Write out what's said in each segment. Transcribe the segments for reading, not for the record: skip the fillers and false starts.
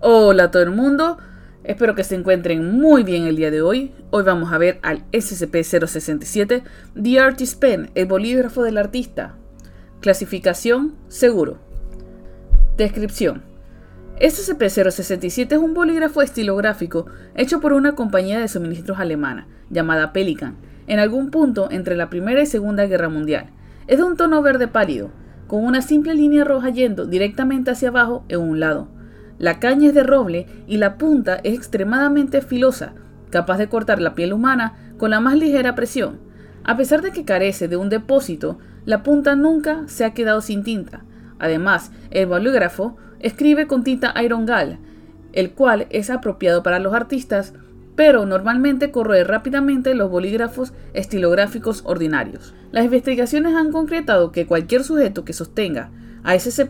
Hola a todo el mundo, espero que se encuentren muy bien el día de hoy. Hoy vamos a ver al SCP-067, The Artist Pen, el bolígrafo del artista. Clasificación: seguro. Descripción: SCP-067 es un bolígrafo estilográfico hecho por una compañía de suministros alemana, llamada Pelikan, en algún punto entre la Primera y Segunda Guerra Mundial. Es de un tono verde pálido, con una simple línea roja yendo directamente hacia abajo en un lado. La caña es de roble y la punta es extremadamente filosa, capaz de cortar la piel humana con la más ligera presión. A pesar de que carece de un depósito, la punta nunca se ha quedado sin tinta. Además, el bolígrafo escribe con tinta Iron Gall, el cual es apropiado para los artistas, pero normalmente corroe rápidamente los bolígrafos estilográficos ordinarios. Las investigaciones han concretado que cualquier sujeto que sostenga a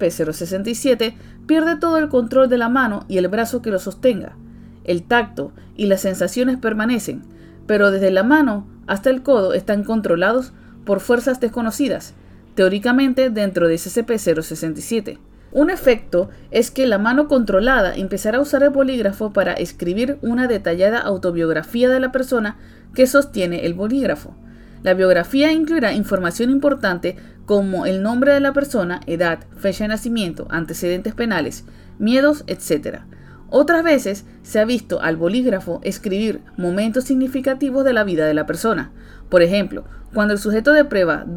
SCP-067 pierde todo el control de la mano y el brazo que lo sostenga. El tacto y las sensaciones permanecen, pero desde la mano hasta el codo están controlados por fuerzas desconocidas, teóricamente dentro de SCP-067. Un efecto es que la mano controlada empezará a usar el bolígrafo para escribir una detallada autobiografía de la persona que sostiene el bolígrafo. La biografía incluirá información importante como el nombre de la persona, edad, fecha de nacimiento, antecedentes penales, miedos, etc. Otras veces se ha visto al bolígrafo escribir momentos significativos de la vida de la persona. Por ejemplo, cuando el sujeto de prueba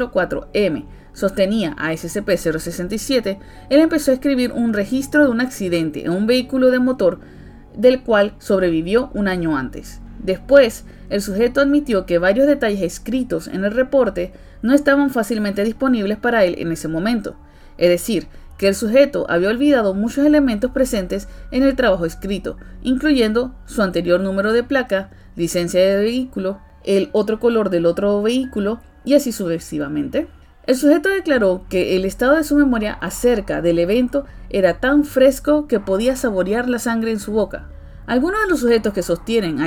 1204M sostenía a SCP-067, él empezó a escribir un registro de un accidente en un vehículo de motor del cual sobrevivió un año antes. Después, el sujeto admitió que varios detalles escritos en el reporte no estaban fácilmente disponibles para él en ese momento, es decir, que el sujeto había olvidado muchos elementos presentes en el trabajo escrito, incluyendo su anterior número de placa, licencia de vehículo, el otro color del otro vehículo y así sucesivamente. El sujeto declaró que el estado de su memoria acerca del evento era tan fresco que podía saborear la sangre en su boca. Algunos de los sujetos que sostienen a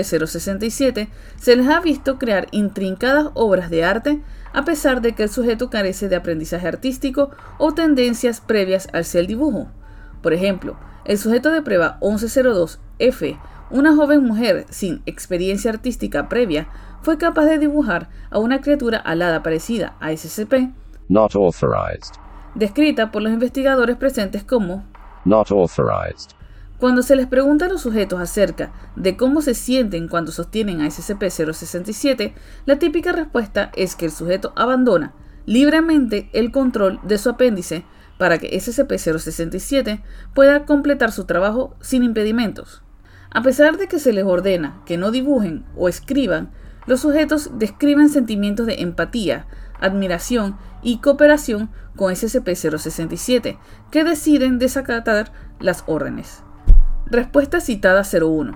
SCP-067 se les ha visto crear intrincadas obras de arte a pesar de que el sujeto carece de aprendizaje artístico o tendencias previas hacia el dibujo. Por ejemplo, el sujeto de prueba 1102F, una joven mujer sin experiencia artística previa, fue capaz de dibujar a una criatura alada parecida a SCP, Not authorized. descrita por los investigadores presentes como Not authorized. Cuando se les pregunta a los sujetos acerca de cómo se sienten cuando sostienen a SCP-067, la típica respuesta es que el sujeto abandona libremente el control de su apéndice para que SCP-067 pueda completar su trabajo sin impedimentos. A pesar de que se les ordena que no dibujen o escriban, los sujetos describen sentimientos de empatía, admiración y cooperación con SCP-067, que deciden desacatar las órdenes. Respuesta citada 01.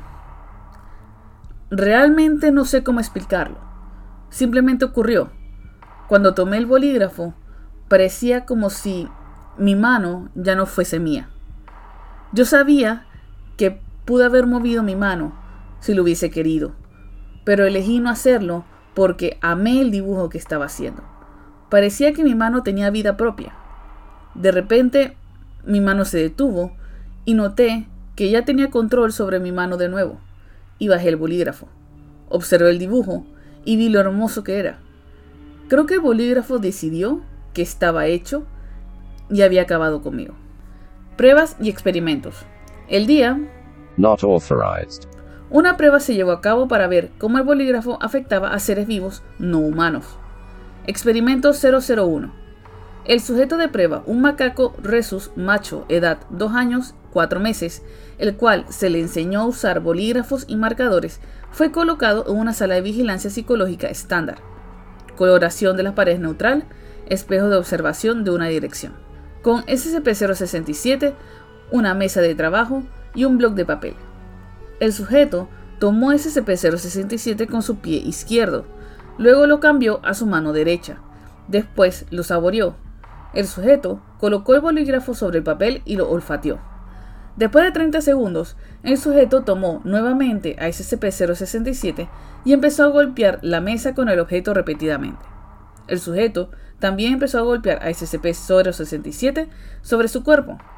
Realmente no sé cómo explicarlo. Simplemente ocurrió. Cuando tomé el bolígrafo, parecía como si mi mano ya no fuese mía. Yo sabía que pude haber movido mi mano si lo hubiese querido, pero elegí no hacerlo porque amé el dibujo que estaba haciendo. Parecía que mi mano tenía vida propia. De repente, mi mano se detuvo y noté que ya tenía control sobre mi mano de nuevo, y bajé el bolígrafo. Observé el dibujo y vi lo hermoso que era. Creo que el bolígrafo decidió que estaba hecho y había acabado conmigo. Pruebas y experimentos. El día Not authorized. Una prueba se llevó a cabo para ver cómo el bolígrafo afectaba a seres vivos no humanos. Experimento 001. El sujeto de prueba, un macaco rhesus macho, edad 2 años, 4 meses, el cual se le enseñó a usar bolígrafos y marcadores, fue colocado en una sala de vigilancia psicológica estándar. Coloración de las paredes neutral, espejo de observación de una dirección. Con SCP-067, una mesa de trabajo y un bloc de papel. El sujeto tomó SCP-067 con su pie izquierdo, luego lo cambió a su mano derecha. Después lo saboreó. El sujeto colocó el bolígrafo sobre el papel y lo olfateó. Después de 30 segundos, el sujeto tomó nuevamente a SCP-067 y empezó a golpear la mesa con el objeto repetidamente. El sujeto también empezó a golpear a SCP-067 sobre su cuerpo.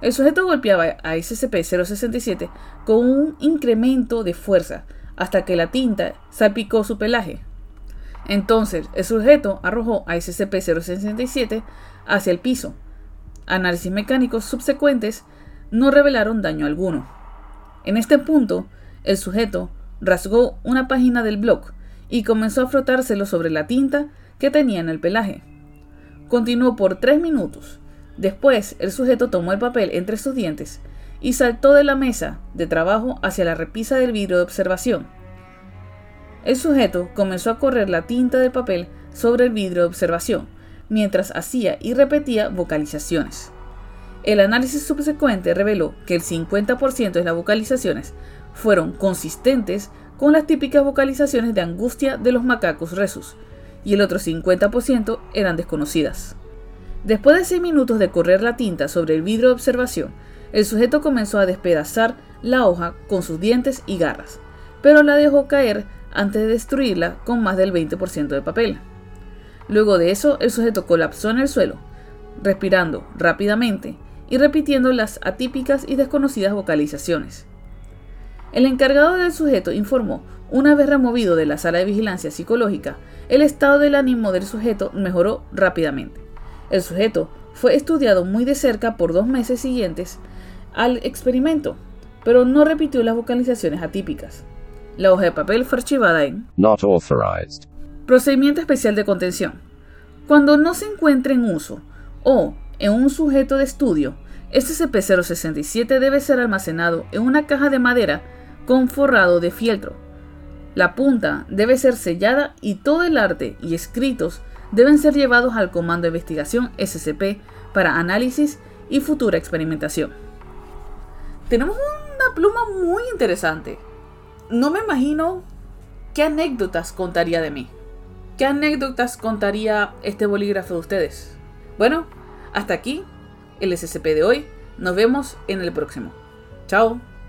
El sujeto golpeaba a SCP-067 con un incremento de fuerza hasta que la tinta salpicó su pelaje. Entonces, el sujeto arrojó a SCP-067 hacia el piso. Análisis mecánicos subsecuentes no revelaron daño alguno. En este punto, el sujeto rasgó una página del blog y comenzó a frotárselo sobre la tinta que tenía en el pelaje. Continuó por 3 minutos. Después, el sujeto tomó el papel entre sus dientes y saltó de la mesa de trabajo hacia la repisa del vidrio de observación. El sujeto comenzó a correr la tinta del papel sobre el vidrio de observación, mientras hacía y repetía vocalizaciones. El análisis subsecuente reveló que el 50% de las vocalizaciones fueron consistentes con las típicas vocalizaciones de angustia de los macacos rhesus, y el otro 50% eran desconocidas. Después de 6 minutos de correr la tinta sobre el vidrio de observación, el sujeto comenzó a despedazar la hoja con sus dientes y garras, pero la dejó caer antes de destruirla con más del 20% de papel. Luego de eso, el sujeto colapsó en el suelo, respirando rápidamente y repitiendo las atípicas y desconocidas vocalizaciones. El encargado del sujeto informó, una vez removido de la sala de vigilancia psicológica, el estado del ánimo del sujeto mejoró rápidamente. El sujeto fue estudiado muy de cerca por 2 meses siguientes al experimento, pero no repitió las vocalizaciones atípicas. La hoja de papel fue archivada en Not authorized. Procedimiento especial de contención. Cuando no se encuentre en uso o en un sujeto de estudio, SCP-067 debe ser almacenado en una caja de madera con forrado de fieltro. La punta debe ser sellada y todo el arte y escritos deben ser llevados al Comando de Investigación SCP para análisis y futura experimentación. Tenemos una pluma muy interesante. No me imagino qué anécdotas contaría de mí. ¿Qué anécdotas contaría este bolígrafo de ustedes? Bueno, hasta aquí el SCP de hoy. Nos vemos en el próximo. Chao.